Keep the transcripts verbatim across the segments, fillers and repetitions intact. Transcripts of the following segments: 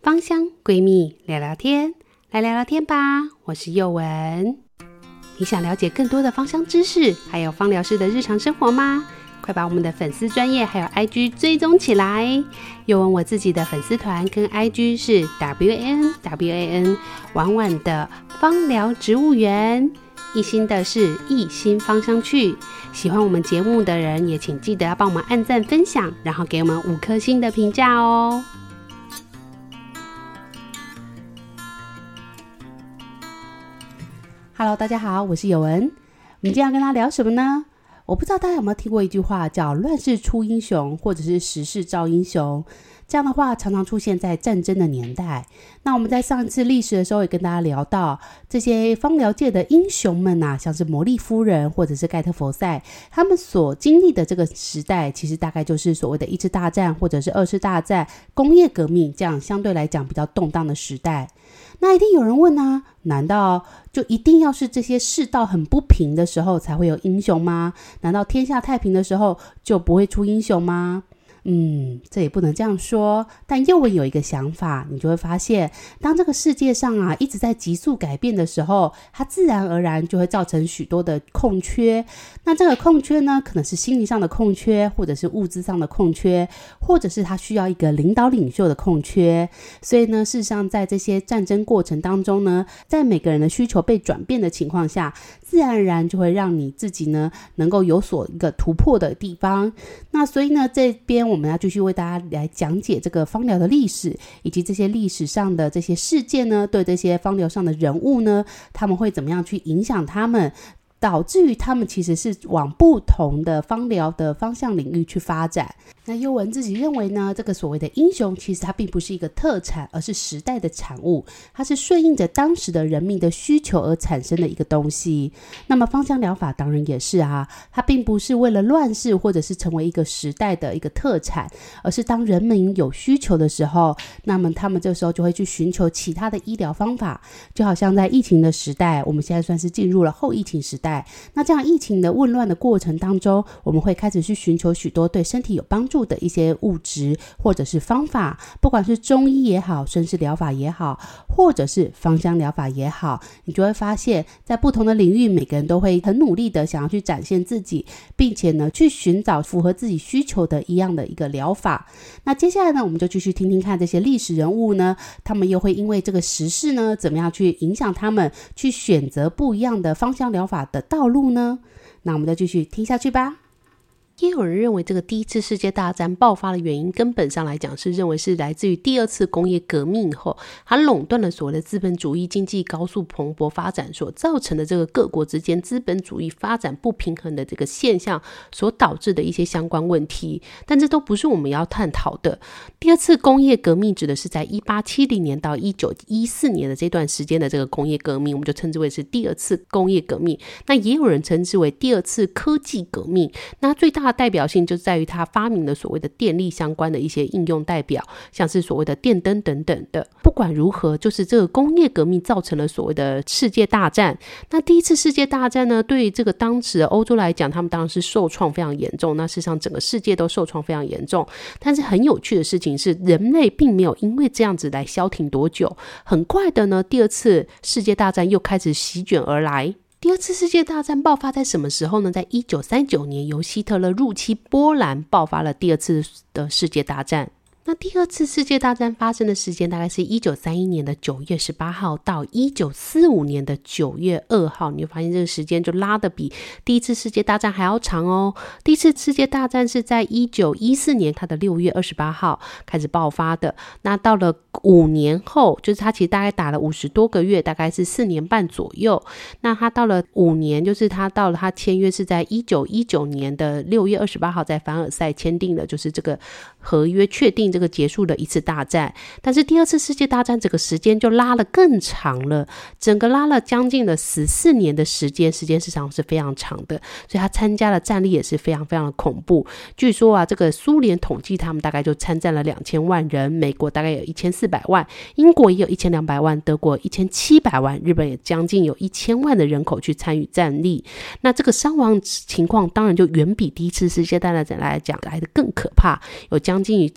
芳香闺蜜聊聊天，来聊聊天吧，我是宥雯。你想了解更多的芳香知识，还有芳疗师的日常生活吗？快把我们的粉丝专页还有 I G 追踪起来。宥雯我自己的粉丝团跟 I G 是 W A N W A N 婉婉的芳疗植物园，一心的是一心芳香趣。喜欢我们节目的人也请记得要帮我们按赞分享，然后给我们五颗星的评价哦。Hello， 大家好，我是宥雯。我们今天要跟大家聊什么呢？我不知道大家有没有听过一句话叫乱世出英雄，或者是时势造英雄。这样的话常常出现在战争的年代。那我们在上一次历史的时候也跟大家聊到，这些芳疗界的英雄们啊，像是魔力夫人或者是盖特佛塞，他们所经历的这个时代，其实大概就是所谓的一次大战或者是二次大战、工业革命这样相对来讲比较动荡的时代。那一定有人问啊，难道就一定要是这些世道很不平的时候才会有英雄吗？难道天下太平的时候就不会出英雄吗？嗯，这也不能这样说，但宥雯有一个想法，你就会发现，当这个世界上啊一直在急速改变的时候，它自然而然就会造成许多的空缺。那这个空缺呢，可能是心理上的空缺，或者是物资上的空缺，或者是它需要一个领导领袖的空缺。所以呢，事实上在这些战争过程当中呢，在每个人的需求被转变的情况下，自然而然就会让你自己呢能够有所一个突破的地方。那所以呢，这边我们要继续为大家来讲解这个芳疗的历史，以及这些历史上的这些事件呢，对这些芳疗上的人物呢，他们会怎么样去影响他们，导致于他们其实是往不同的芳疗的方向领域去发展。那宥雯自己认为呢，这个所谓的英雄其实它并不是一个特产，而是时代的产物，它是顺应着当时的人民的需求而产生的一个东西。那么芳香疗法当然也是啊，它并不是为了乱世或者是成为一个时代的一个特产，而是当人民有需求的时候，那么他们这时候就会去寻求其他的医疗方法。就好像在疫情的时代，我们现在算是进入了后疫情时代，那这样疫情的混乱的过程当中，我们会开始去寻求许多对身体有帮助的一些物质或者是方法，不管是中医也好，顺势疗法也好，或者是芳香疗法也好，你就会发现在不同的领域，每个人都会很努力的想要去展现自己，并且呢去寻找符合自己需求的一样的一个疗法。那接下来呢，我们就继续听听看这些历史人物呢，他们又会因为这个时事呢怎么样去影响他们去选择不一样的芳香疗法的道路呢？那我们就继续听下去吧。也有人认为这个第一次世界大战爆发的原因，根本上来讲是认为是来自于第二次工业革命后，它垄断了所谓的资本主义经济高速蓬勃发展所造成的这个各国之间资本主义发展不平衡的这个现象所导致的一些相关问题，但这都不是我们要探讨的。第二次工业革命指的是在一八七零年到一九一四年的这段时间的这个工业革命，我们就称之为是第二次工业革命。那也有人称之为第二次科技革命，那最大的代表性就在于他发明了所谓的电力相关的一些应用代表，像是所谓的电灯等等的。不管如何，就是这个工业革命造成了所谓的世界大战。那第一次世界大战呢，对于这个当时的欧洲来讲，他们当然是受创非常严重，那事实上整个世界都受创非常严重。但是很有趣的事情是，人类并没有因为这样子来消停多久，很快的呢，第二次世界大战又开始席卷而来。第二次世界大战爆发在什么时候呢？在一九三九年，由希特勒入侵波兰，爆发了第二次的世界大战。那第二次世界大战发生的时间大概是一九三一年的九月十八号到一九四五年的九月二号，你会发现这个时间就拉得比第一次世界大战还要长哦。第一次世界大战是在一九一四年它的六月二十八号开始爆发的，那到了五年后，就是它其实大概打了五十多个月，大概是四年半左右。那它到了五年，就是它到了它签约是在一九一九年的六月二十八号在凡尔赛签订了，就是这个合约确定这个结束了一次大战。但是第二次世界大战这个时间就拉了更长了，整个拉了将近了十四年的时间，时间时长是非常长的，所以他参加的战力也是非常非常的恐怖。据说啊，这个苏联统计他们大概就参战了两千万人，美国大概有一千四百万，英国也有一千两百万，德国一千七百万，日本也将近有一千万的人口去参与战力。那这个伤亡情况当然就远比第一次世界大战来讲来的更可怕，有将近七千万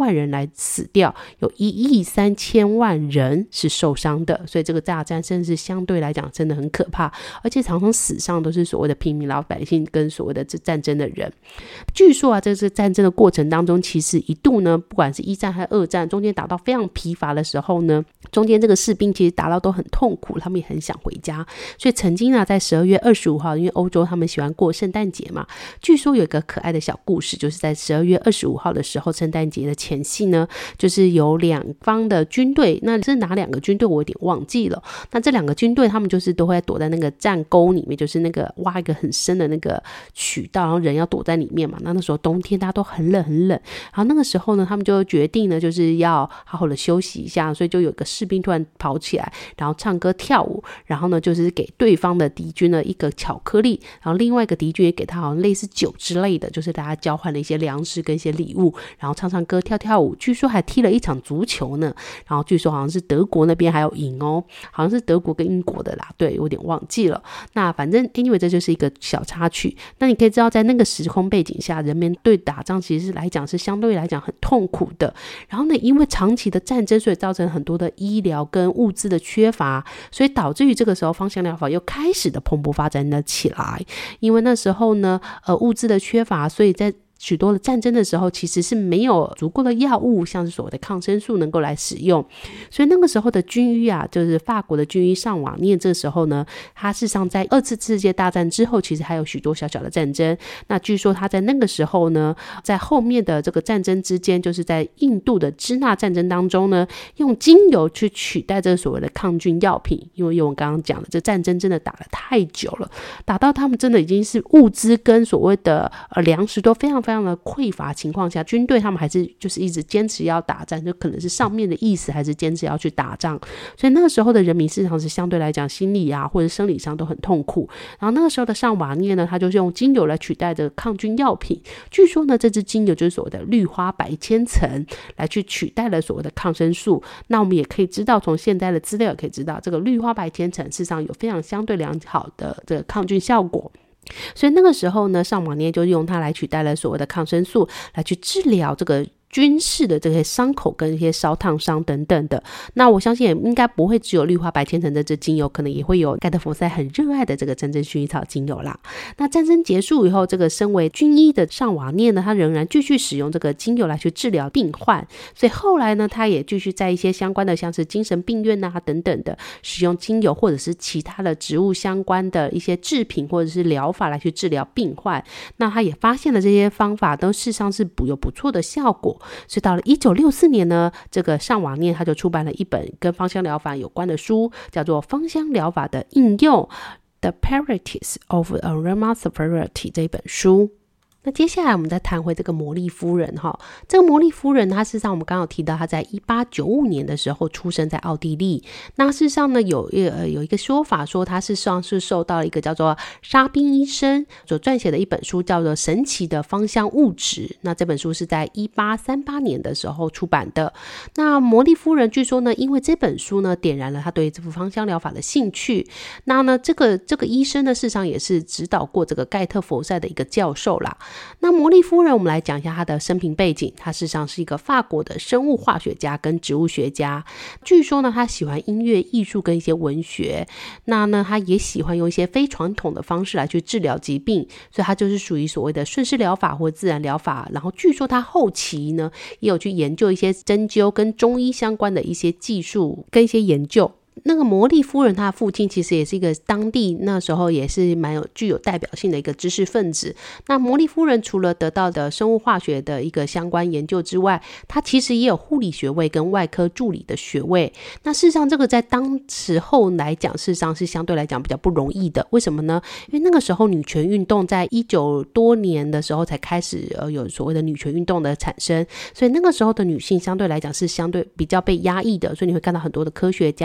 万人来死掉，有一亿三千万人是受伤的，所以这个大战真的是相对来讲真的很可怕，而且常常死伤都是所谓的平民老百姓跟所谓的战争的人。据说啊，这次战争的过程当中，其实一度呢，不管是一战还是二战，中间打到非常疲乏的时候呢，中间这个士兵其实打到都很痛苦，他们也很想回家，所以曾经啊，在十二月二十五号，因为欧洲他们喜欢过圣诞节嘛，据说有一个可爱的小故事，就是在十二月二十五号的时候，圣诞节的前夕呢，就是有两方的军队，那是哪两个军队我有点忘记了，那这两个军队他们就是都会躲在那个战沟里面，就是那个挖一个很深的那个渠道，然后人要躲在里面嘛，那那时候冬天大家都很冷很冷，然后那个时候呢，他们就决定呢，就是要好好的休息一下，所以就有个士兵突然跑起来，然后唱歌跳舞，然后呢就是给对方的敌军呢一个巧克力，然后另外一个敌军也给他好像类似酒之类的，就是大家交换了一些粮食跟一些礼物，然后唱唱歌跳跳舞，据说还踢了一场足球呢，然后据说好像是德国那边还有赢哦，好像是德国跟英国的啦，对，有点忘记了。那反正 anyway 这就是一个小插曲。那你可以知道在那个时空背景下，人们对打仗其实来讲是相对来讲很痛苦的，然后呢因为长期的战争，所以造成很多的医疗跟物资的缺乏，所以导致于这个时候芳香疗法又开始的蓬勃发展了起来。因为那时候呢呃物资的缺乏，所以在许多的战争的时候其实是没有足够的药物，像是所谓的抗生素能够来使用，所以那个时候的军医啊，就是法国的军医尚瓦涅，这时候呢他事实上在二次世界大战之后其实还有许多小小的战争，那据说他在那个时候呢，在后面的这个战争之间，就是在印度的支那战争当中呢，用精油去取代这个所谓的抗菌药品，因为我刚刚讲的这战争真的打了太久了，打到他们真的已经是物资跟所谓的呃粮食都非常非常非常的匮乏情况下，军队他们还是就是一直坚持要打仗，就可能是上面的意思还是坚持要去打仗，所以那个时候的人民市场是相对来讲心理啊或者生理上都很痛苦。然后那个时候的尚瓦涅呢，他就是用精油来取代这个抗菌药品，据说呢这支精油就是所谓的绿花白千层来去取代了所谓的抗生素。那我们也可以知道，从现在的资料也可以知道，这个绿花白千层事实上有非常相对良好的这个抗菌效果，所以那个时候呢尚瓦涅就用它来取代了所谓的抗生素，来去治疗这个军事的这些伤口跟一些烧烫伤等等的。那我相信也应该不会只有绿花白千层的这精油，可能也会有盖特佛塞很热爱的这个真正薰衣草精油啦。那战争结束以后，这个身为军医的尚瓦涅呢，他仍然继续使用这个精油来去治疗病患，所以后来呢他也继续在一些相关的像是精神病院啊等等的使用精油或者是其他的植物相关的一些制品或者是疗法来去治疗病患。那他也发现了这些方法都事实上是有不错的效果，所以到了一九六四年呢，这个尚瓦涅他就出版了一本跟芳香疗法有关的书，叫做《芳香疗法的应用 The Practice of Aromatherapy》这一本书。那接下来我们再谈回这个魔力夫人哈，这个魔力夫人她事实上我们刚刚有提到，她在一八九五年的时候出生在奥地利。那事实上呢有呃有一个说法说，她事实上是受到了一个叫做沙宾医生所撰写的一本书，叫做《神奇的芳香物质》。那这本书是在一八三八年的时候出版的。那魔力夫人据说呢，因为这本书呢点燃了她对这副芳香疗法的兴趣。那呢这个这个医生呢事实上也是指导过这个盖特佛塞的一个教授啦。那魔力夫人我们来讲一下她的生平背景，她事实上是一个法国的生物化学家跟植物学家。据说呢她喜欢音乐艺术跟一些文学，那呢她也喜欢用一些非传统的方式来去治疗疾病，所以她就是属于所谓的顺势疗法或自然疗法。然后据说她后期呢也有去研究一些针灸跟中医相关的一些技术跟一些研究。那个魔力夫人她的父亲其实也是一个当地那时候也是蛮有具有代表性的一个知识分子。那魔力夫人除了得到的生物化学的一个相关研究之外，她其实也有护理学位跟外科助理的学位。那事实上这个在当时候来讲事实上是相对来讲比较不容易的。为什么呢？因为那个时候女权运动在一九多年的时候才开始呃有所谓的女权运动的产生，所以那个时候的女性相对来讲是相对比较被压抑的，所以你会看到很多的科学家或者是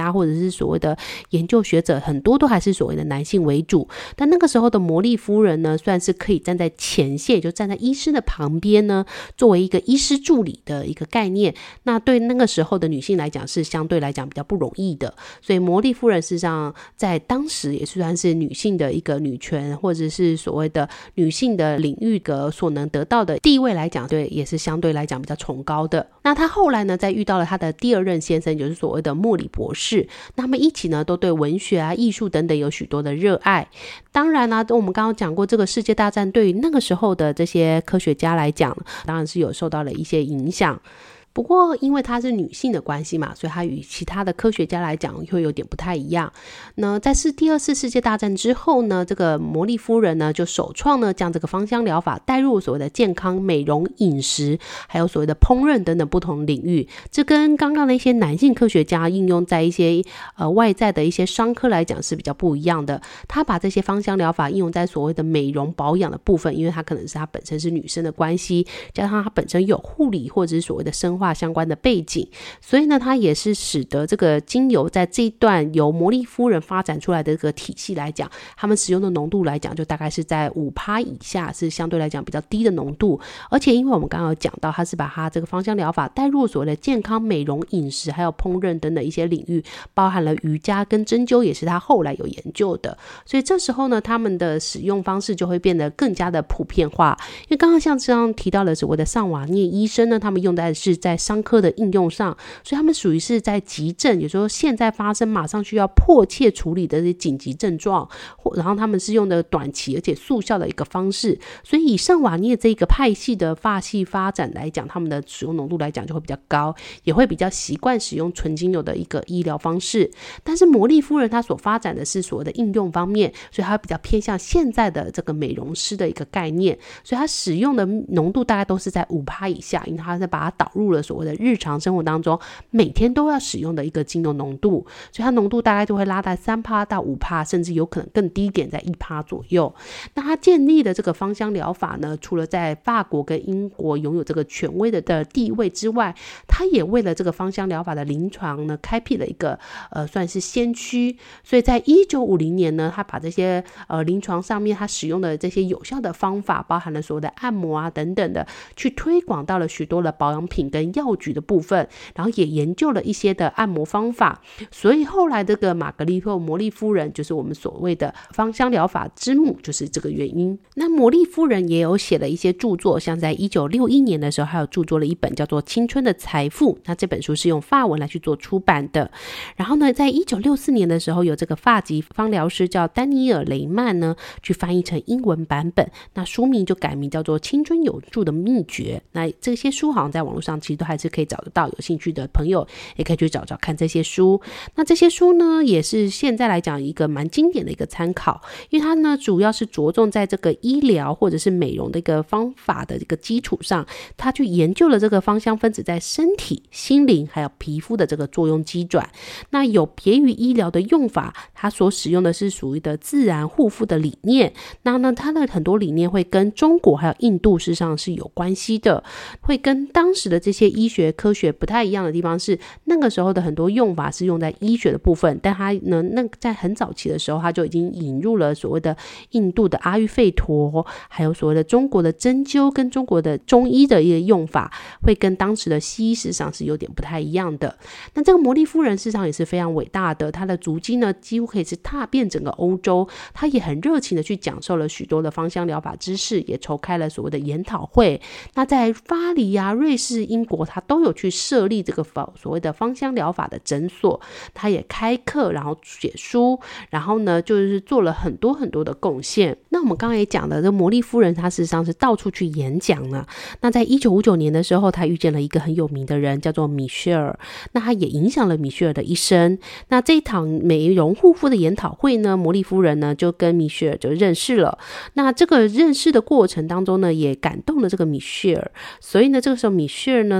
是所谓的研究学者，很多都还是所谓的男性为主。但那个时候的魔力夫人呢，算是可以站在前线，也就站在医师的旁边呢，作为一个医师助理的一个概念。那对那个时候的女性来讲是相对来讲比较不容易的，所以魔力夫人事实上在当时也算是女性的一个女权，或者是所谓的女性的领域的所能得到的地位来讲，对，也是相对来讲比较崇高的。那她后来呢，在遇到了她的第二任先生，就是所谓的莫里博士，那他们一起呢都对文学啊、艺术等等有许多的热爱。当然呢、啊，我们刚刚讲过，这个世界大战对于那个时候的这些科学家来讲，当然是有受到了一些影响。不过因为她是女性的关系嘛，所以她与其他的科学家来讲会有点不太一样。那在是第二次世界大战之后呢，这个魔力夫人呢就首创呢将这个芳香疗法带入所谓的健康美容饮食还有所谓的烹饪等等不同领域。这跟刚刚的一些男性科学家应用在一些呃外在的一些伤科来讲是比较不一样的。她把这些芳香疗法应用在所谓的美容保养的部分，因为她可能是她本身是女生的关系，加上她本身有护理或者是所谓的生化相关的背景，所以呢它也是使得这个精油在这一段由魔力夫人发展出来的这个体系来讲，他们使用的浓度来讲就大概是在 百分之五 以下，是相对来讲比较低的浓度。而且因为我们刚刚有讲到，它是把它这个芳香疗法带入所谓的健康美容饮食还有烹饪等等一些领域，包含了瑜伽跟针灸也是他后来有研究的。所以这时候呢他们的使用方式就会变得更加的普遍化。因为刚刚像这样提到了所谓的尚瓦涅医生呢，他们用的是在伤科的应用上，所以他们属于是在急症，有时候现在发生马上需要迫切处理的这些紧急症状，然后他们是用的短期而且速效的一个方式。所以以尚瓦涅这个派系的发系发展来讲，他们的使用浓度来讲就会比较高，也会比较习惯使用纯精油的一个医疗方式。但是魔力夫人她所发展的是所谓的应用方面，所以她比较偏向现在的这个美容师的一个概念，所以她使用的浓度大概都是在 百分之五 以下，因为她是把它导入了所谓的日常生活当中每天都要使用的一个精油浓度，所以它浓度大概就会拉在 百分之三 到 百分之五， 甚至有可能更低一点，在 百分之一 左右。那它建立的这个芳香疗法呢，除了在法国跟英国拥有这个权威 的, 的地位之外，它也为了这个芳香疗法的临床呢开辟了一个呃算是先驱。所以在一九五零年呢，它把这些呃临床上面它使用的这些有效的方法，包含了所有的按摩啊等等的，去推广到了许多的保养品跟药局的部分，然后也研究了一些的按摩方法。所以后来这个玛格丽特魔力夫人就是我们所谓的芳香疗法之母，就是这个原因。那魔力夫人也有写了一些著作，像在一九六一年的时候还有著作了一本叫做《青春的财富》，那这本书是用法文来去做出版的。然后呢在一九六四年的时候，有这个法籍芳疗师叫丹尼尔雷曼呢去翻译成英文版本，那书名就改名叫做《青春有助的秘诀》。那这些书好像在网络上其实都还是可以找得到，有兴趣的朋友也可以去找找看这些书。那这些书呢也是现在来讲一个蛮经典的一个参考，因为它呢主要是着重在这个医疗或者是美容的一个方法的一个基础上，它去研究了这个芳香分子在身体、心灵还有皮肤的这个作用机转。那有别于医疗的用法，它所使用的是属于的自然护肤的理念。那呢它的很多理念会跟中国还有印度事实上是有关系的，会跟当时的这些医学科学不太一样的地方是，那个时候的很多用法是用在医学的部分，但它呢那在很早期的时候，它就已经引入了所谓的印度的阿育吠陀，还有所谓的中国的针灸跟中国的中医的一个用法，会跟当时的西医事实上是有点不太一样的。那这个魔力夫人事实上也是非常伟大的，她的足迹呢几乎可以是踏遍整个欧洲，她也很热情的去讲授了许多的芳香疗法知识，也筹开了所谓的研讨会。那在巴黎啊、瑞士、英国，她都有去设立这个所谓的芳香疗法的诊所，她也开课，然后写书，然后呢就是做了很多很多的贡献。那我们刚刚也讲的，这魔力夫人她事实上是到处去演讲呢。那在一九五九年的时候，她遇见了一个很有名的人叫做米歇尔，那她也影响了米歇尔的一生。那这一场美容护肤的研讨会呢，魔力夫人呢就跟米歇尔就认识了。那这个认识的过程当中呢，也感动了这个米歇尔，所以呢这个时候米歇尔呢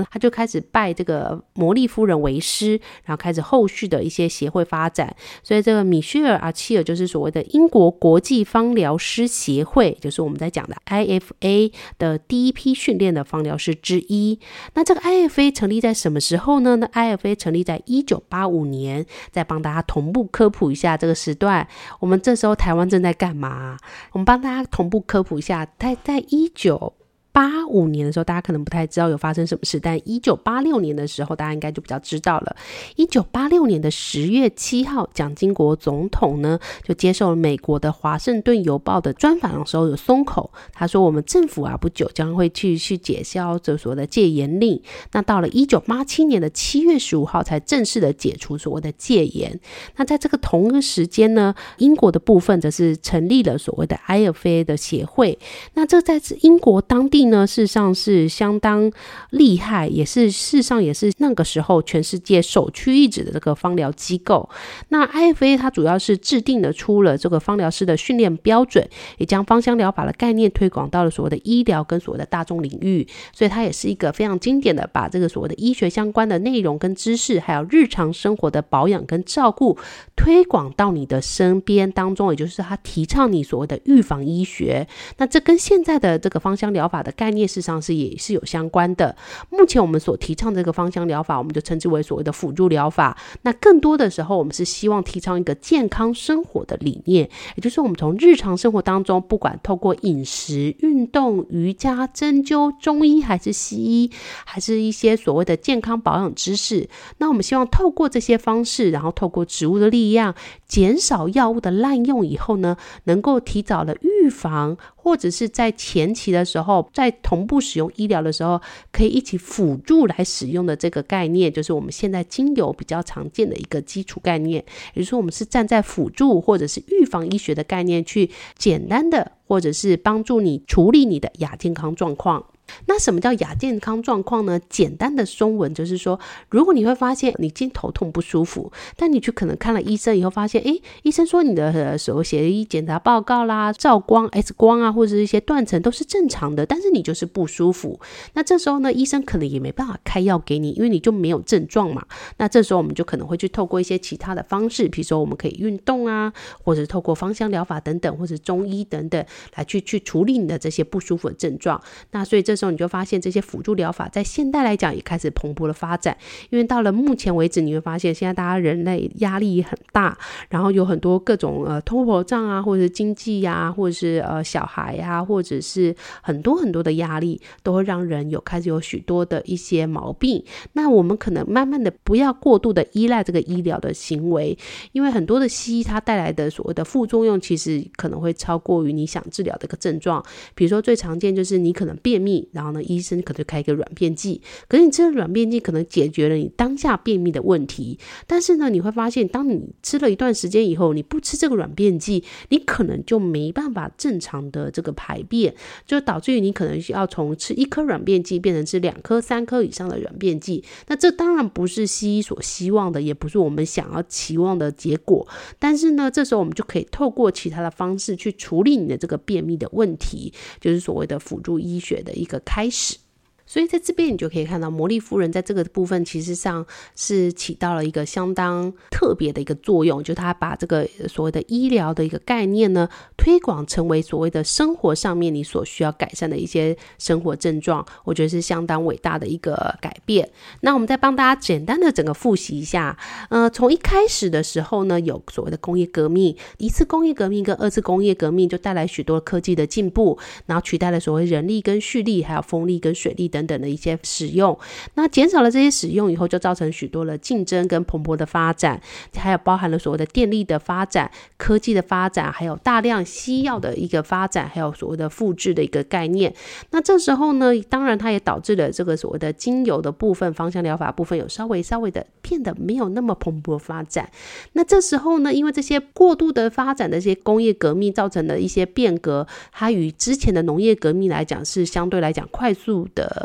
他就开始拜这个摩利夫人为师，然后开始后续的一些协会发展。所以这个米歇尔·阿契尔就是所谓的英国国际芳疗师协会，就是我们在讲的 I F A 的第一批训练的芳疗师之一。那这个 I F A 成立在什么时候呢？那 I F A 成立在一九八五年，再帮大家同步科普一下这个时段。我们这时候台湾正在干嘛？我们帮大家同步科普一下，在在一九八五年的时候，大家可能不太知道有发生什么事，但一九八六年的时候大家应该就比较知道了。一九八六年的十月七号，蒋经国总统呢就接受了美国的华盛顿邮报的专访的时候有松口，他说我们政府啊不久将会去去解消这所谓的戒严令。那到了一九八七年的七月十五号才正式的解除所谓的戒严。那在这个同一个时间呢，英国的部分则是成立了所谓的 I F A 的协会。那这在英国当地呢，事实上是相当厉害，也是事实上也是那个时候全世界首屈一指的这个芳疗机构。那 I F A 它主要是制定了出了这个芳疗师的训练标准，也将芳香疗法的概念推广到了所谓的医疗跟所谓的大众领域。所以它也是一个非常经典的把这个所谓的医学相关的内容跟知识，还有日常生活的保养跟照顾推广到你的身边当中，也就是它提倡你所谓的预防医学。那这跟现在的这个芳香疗法的概念事实上是也是有相关的。目前我们所提倡这个芳香疗法，我们就称之为所谓的辅助疗法。那更多的时候我们是希望提倡一个健康生活的理念，也就是我们从日常生活当中，不管透过饮食、运动、瑜伽、针灸、中医还是西医，还是一些所谓的健康保养知识，那我们希望透过这些方式，然后透过植物的力量，减少药物的滥用以后呢，能够提早的预防，或者是在前期的时候，在同步使用医疗的时候，可以一起辅助来使用的这个概念，就是我们现在精油比较常见的一个基础概念。也就是说我们是站在辅助或者是预防医学的概念，去简单的或者是帮助你处理你的亚健康状况。那什么叫亚健康状况呢？简单的中文就是说，如果你会发现你今天头痛不舒服，但你去可能看了医生以后发现，诶，医生说你的呃手血液检查报告啦、照光 X 光啊，或者是一些断层都是正常的，但是你就是不舒服。那这时候呢，医生可能也没办法开药给你，因为你就没有症状嘛。那这时候我们就可能会去透过一些其他的方式，比如说我们可以运动啊，或者透过芳香疗法等等，或者中医等等来去去处理你的这些不舒服的症状。那所以这时候你就发现这些辅助疗法在现代来讲也开始蓬勃的发展。因为到了目前为止，你会发现现在大家人类压力很大，然后有很多各种呃通货膨胀啊，或者是经济啊，或者是呃小孩啊，或者是很多很多的压力，都会让人有开始有许多的一些毛病。那我们可能慢慢的不要过度的依赖这个医疗的行为，因为很多的西医它带来的所谓的副作用其实可能会超过于你想治疗的一个症状。比如说最常见就是你可能便秘，然后呢医生可能开一个软便剂，可是你吃了软便剂可能解决了你当下便秘的问题，但是呢你会发现当你吃了一段时间以后，你不吃这个软便剂，你可能就没办法正常的这个排便，就导致于你可能需要从吃一颗软便剂变成吃两颗三颗以上的软便剂。那这当然不是西医所希望的，也不是我们想要期望的结果，但是呢这时候我们就可以透过其他的方式去处理你的这个便秘的问题，就是所谓的辅助医学的一个开始。所以在这边你就可以看到摩利夫人在这个部分其实上是起到了一个相当特别的一个作用，就是他把这个所谓的医疗的一个概念呢推广成为所谓的生活上面你所需要改善的一些生活症状，我觉得是相当伟大的一个改变。那我们再帮大家简单的整个复习一下，呃，从一开始的时候呢有所谓的工业革命，一次工业革命跟二次工业革命就带来许多科技的进步，然后取代了所谓人力跟畜力还有风力跟水力等等等的一些使用。那减少了这些使用以后，就造成许多的竞争跟蓬勃的发展，还有包含了所谓的电力的发展、科技的发展，还有大量西药的一个发展，还有所谓的复制的一个概念。那这时候呢当然它也导致了这个所谓的精油的部分、芳香疗法部分有稍微稍微的变得没有那么蓬勃发展。那这时候呢因为这些过度的发展的这些工业革命造成的一些变革，它与之前的农业革命来讲是相对来讲快速的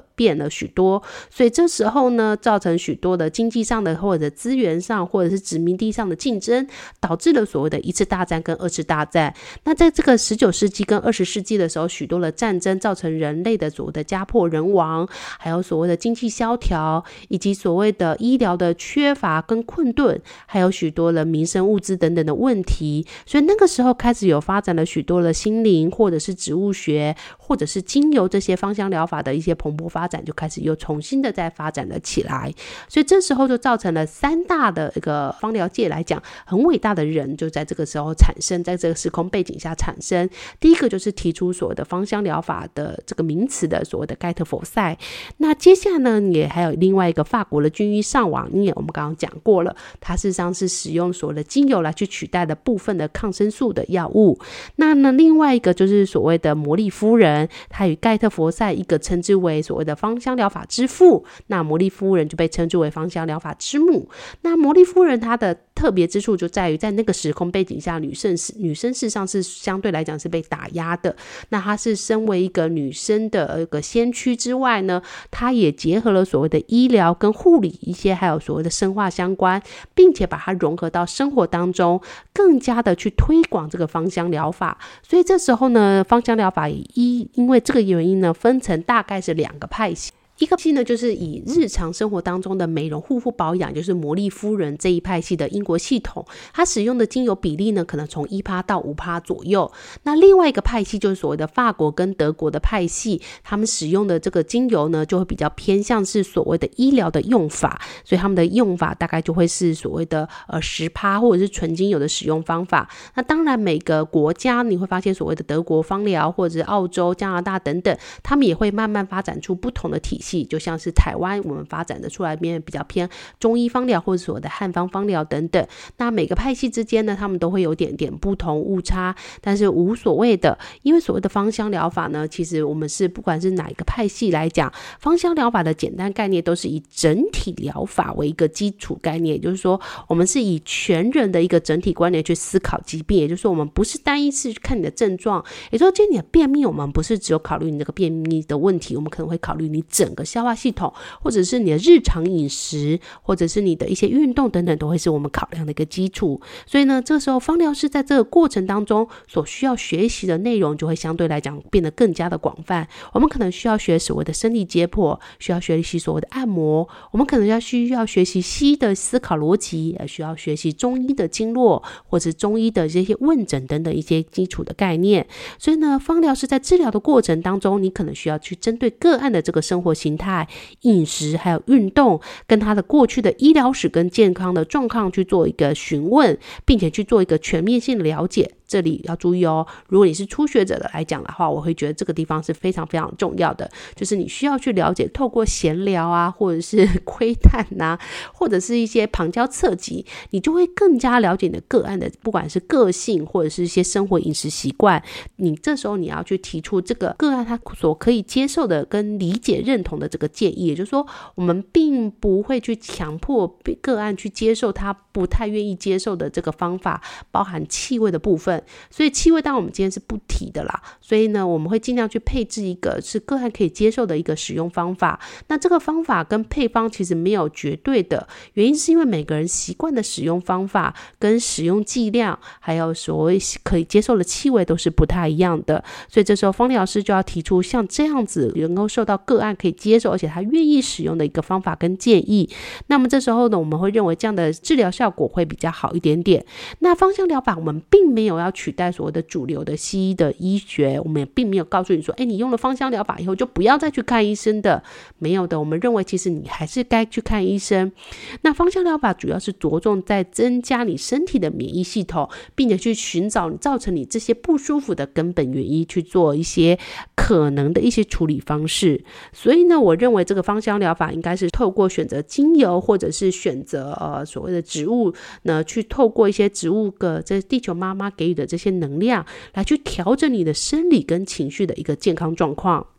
的变了许多，所以这时候呢造成许多的经济上的或者资源上或者是殖民地上的竞争，导致了所谓的一次大战跟二次大战。那在这个十九世纪跟二十世纪的时候，许多的战争造成人类的所谓的家破人亡，还有所谓的经济萧条，以及所谓的医疗的缺乏跟困顿，还有许多的民生物资等等的问题。所以那个时候开始有发展了许多的心灵或者是植物学或者是精油这些芳香疗法的一些蓬勃发展，就开始又重新的再发展了起来。所以这时候就造成了三大的一个芳疗界来讲很伟大的人就在这个时候产生，在这个时空背景下产生。第一个就是提出所谓的芳香疗法的这个名词的所谓的盖特佛塞。那接下来呢也还有另外一个法国的军医上网，因为我们刚刚讲过了，它事实上是使用所谓的精油来去取代了部分的抗生素的药物。那呢另外一个就是所谓的摩利夫人，她与盖特佛塞一个称之为所谓的芳香疗法之父，那摩利夫人就被称之为芳香疗法之母。那摩利夫人她的特别之处就在于在那个时空背景下，女生女生事实上是相对来讲是被打压的。那她是身为一个女生的一个先驱之外呢，她也结合了所谓的医疗跟护理一些还有所谓的生化相关，并且把它融合到生活当中，更加的去推广这个芳香疗法。所以这时候呢芳香疗法也因为这个原因呢分成大概是两个派系。一个派系呢就是以日常生活当中的美容护肤保养，就是摩利夫人这一派系的英国系统，它使用的精油比例呢可能从 百分之一 到 百分之五 左右。那另外一个派系就是所谓的法国跟德国的派系，他们使用的这个精油呢就会比较偏向是所谓的医疗的用法，所以他们的用法大概就会是所谓的呃 百分之十 或者是纯精油的使用方法。那当然每个国家你会发现所谓的德国芳疗或者是澳洲、加拿大等等，他们也会慢慢发展出不同的体系，就像是台湾我们发展的出来面比较偏中医芳疗或者所谓的汉方芳疗等等。那每个派系之间呢他们都会有点点不同误差，但是无所谓的，因为所谓的芳香疗法呢其实我们是不管是哪一个派系来讲，芳香疗法的简单概念都是以整体疗法为一个基础概念，也就是说我们是以全人的一个整体观念去思考疾病，也就是说我们不是单一次去看你的症状，也就是说今天你的便秘我们不是只有考虑你这个便秘的问题，我们可能会考虑你整个消化系统，或者是你的日常饮食，或者是你的一些运动等等，都会是我们考量的一个基础。所以呢这个时候芳疗师在这个过程当中所需要学习的内容就会相对来讲变得更加的广泛。我们可能需要学所谓的生理解剖，需要学习所谓的按摩，我们可能要需要学习西医的思考逻辑，也需要学习中医的经络或者中医的这些问诊等等一些基础的概念。所以呢芳疗师在治疗的过程当中，你可能需要去针对个案的这个生活形态、饮食还有运动，跟他的过去的医疗史跟健康的状况去做一个询问，并且去做一个全面性的了解。这里要注意哦，如果你是初学者的来讲的话，我会觉得这个地方是非常非常重要的，就是你需要去了解，透过闲聊啊，或者是窥探啊，或者是一些旁敲侧击，你就会更加了解你的个案的不管是个性或者是一些生活饮食习惯。你这时候你要去提出这个个案他所可以接受的跟理解认同的这个建议，也就是说我们并不会去强迫个案去接受他不太愿意接受的这个方法，包含气味的部分。所以气味当然我们今天是不提的啦，所以呢我们会尽量去配置一个是个案可以接受的一个使用方法。那这个方法跟配方其实没有绝对的，原因是因为每个人习惯的使用方法跟使用剂量还有所谓可以接受的气味都是不太一样的，所以这时候芳疗师就要提出像这样子能够受到个案可以接受而且他愿意使用的一个方法跟建议。那么这时候呢我们会认为这样的治疗效果会比较好一点点。那芳香疗法我们并没有要取代所谓的主流的西医的医学，我们也并没有告诉你说哎，你用了芳香疗法以后就不要再去看医生的，没有的，我们认为其实你还是该去看医生。那芳香疗法主要是着重在增加你身体的免疫系统，并且去寻找你造成你这些不舒服的根本原因，去做一些可能的一些处理方式。所以呢我认为这个芳香疗法应该是透过选择精油或者是选择呃所谓的植物呢，去透过一些植物的这地球妈妈给予的这些能量来去调整你的生理跟情绪的一个健康状况。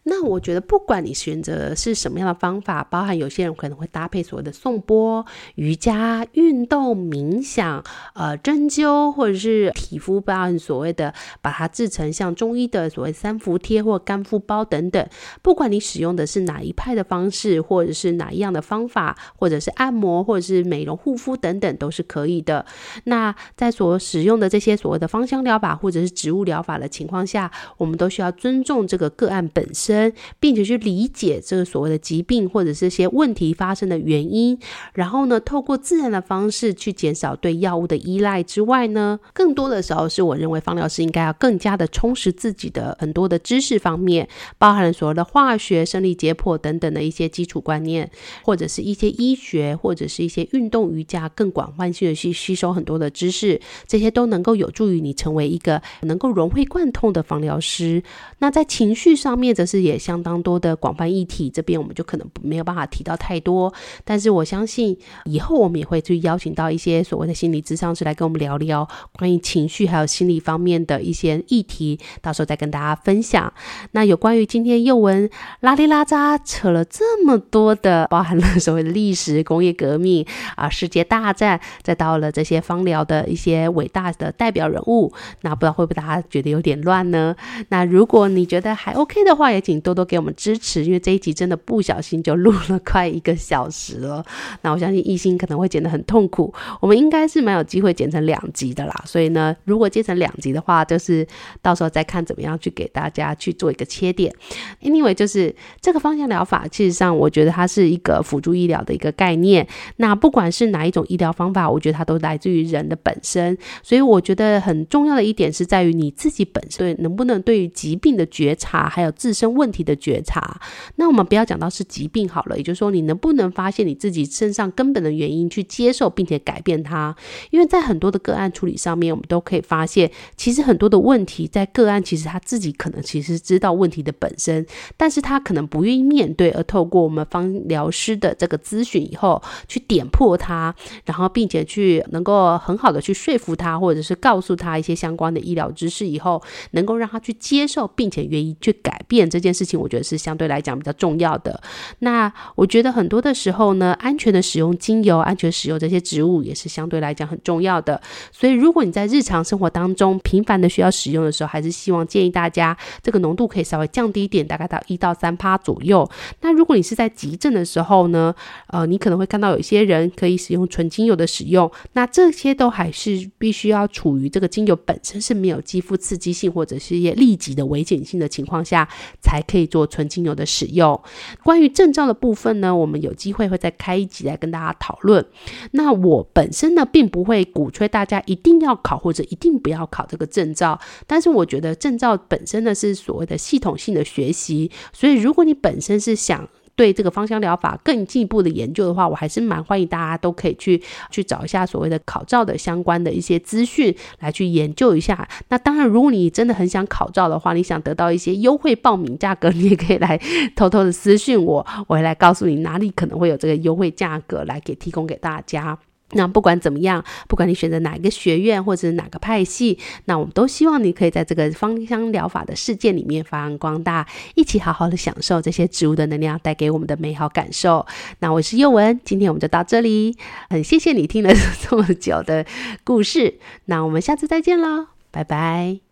那我觉得不管你选择是什么样的方法，包含有些人可能会搭配所谓的颂钵、瑜伽、运动、冥想、呃针灸，或者是体肤，包含所谓的把它制成像中医的所谓三伏贴或干肤包等等，不管你使用的是哪一派的方式，或者是哪一样的方法，或者是按摩，或者是美容护肤等等，都是可以的。那在所使用的这些所谓的芳香疗法或者是植物疗法的情况下，我们都需要尊重这个个案本身，并且去理解这个所谓的疾病或者是这些问题发生的原因，然后呢透过自然的方式去减少对药物的依赖之外呢，更多的时候是我认为芳疗师应该要更加的充实自己的很多的知识方面，包含了所谓的化学、生理解剖等等的一些基础观念，或者是一些医学，或者是一些运动瑜伽，更广泛性的去吸收很多的知识，这些都能够有助于你成为一个能够融会贯通的芳疗师。那在情绪上面则是也相当多的广泛议题，这边我们就可能没有办法提到太多，但是我相信以后我们也会去邀请到一些所谓的心理咨商师来跟我们聊聊关于情绪还有心理方面的一些议题，到时候再跟大家分享。那有关于今天宥雯拉里拉扎扯了这么多的，包含了所谓的历史、工业革命啊、世界大战，再到了这些芳疗的一些伟大的代表人物，那不知道会不会大家觉得有点乱呢？那如果你觉得还 OK 的话，也请多多给我们支持，因为这一集真的不小心就录了快一个小时了。那我相信艺兴可能会剪得很痛苦，我们应该是蛮有机会剪成两集的啦，所以呢如果剪成两集的话，就是到时候再看怎么样去给大家去做一个切点。 Anyway 就是这个芳香疗法其实上我觉得它是一个辅助医疗的一个概念，那不管是哪一种医疗方法，我觉得它都来自于人的本身，所以我觉得很重要的一点是在于你自己本身能不能对于疾病的觉察，还有自身问题的觉察。那我们不要讲到是疾病好了，也就是说你能不能发现你自己身上根本的原因，去接受并且改变它。因为在很多的个案处理上面，我们都可以发现其实很多的问题在个案其实他自己可能其实知道问题的本身，但是他可能不愿意面对，而透过我们芳疗师的这个咨询以后去点破它，然后并且去能够很好的去说服他，或者是告诉他一些相关的医疗知识以后，能够让他去接受并且愿意去改变这件事情，我觉得是相对来讲比较重要的。那我觉得很多的时候呢，安全的使用精油，安全使用这些植物也是相对来讲很重要的。所以如果你在日常生活当中频繁的需要使用的时候，还是希望建议大家这个浓度可以稍微降低一点，大概到一到三趴左右。那如果你是在急症的时候呢，呃，你可能会看到有些人可以使用纯精油的使用，那这些都还是必须要处于这个精油本身是没有肌肤刺激性或者是一些立即的危险性的情况下，才可以做纯精油的使用。关于证照的部分呢，我们有机会会再开一集来跟大家讨论。那我本身呢并不会鼓吹大家一定要考或者一定不要考这个证照，但是我觉得证照本身呢是所谓的系统性的学习，所以如果你本身是想对这个芳香疗法更进一步的研究的话，我还是蛮欢迎大家都可以去去找一下所谓的考照的相关的一些资讯来去研究一下。那当然如果你真的很想考照的话，你想得到一些优惠报名价格，你也可以来偷偷的私讯我，我会来告诉你哪里可能会有这个优惠价格来给提供给大家。那不管怎么样，不管你选择哪一个学院或者是哪个派系，那我们都希望你可以在这个芳香疗法的世界里面发扬光大，一起好好的享受这些植物的能量带给我们的美好感受。那我是宥雯，今天我们就到这里，很谢谢你听了这么久的故事，那我们下次再见咯，拜拜。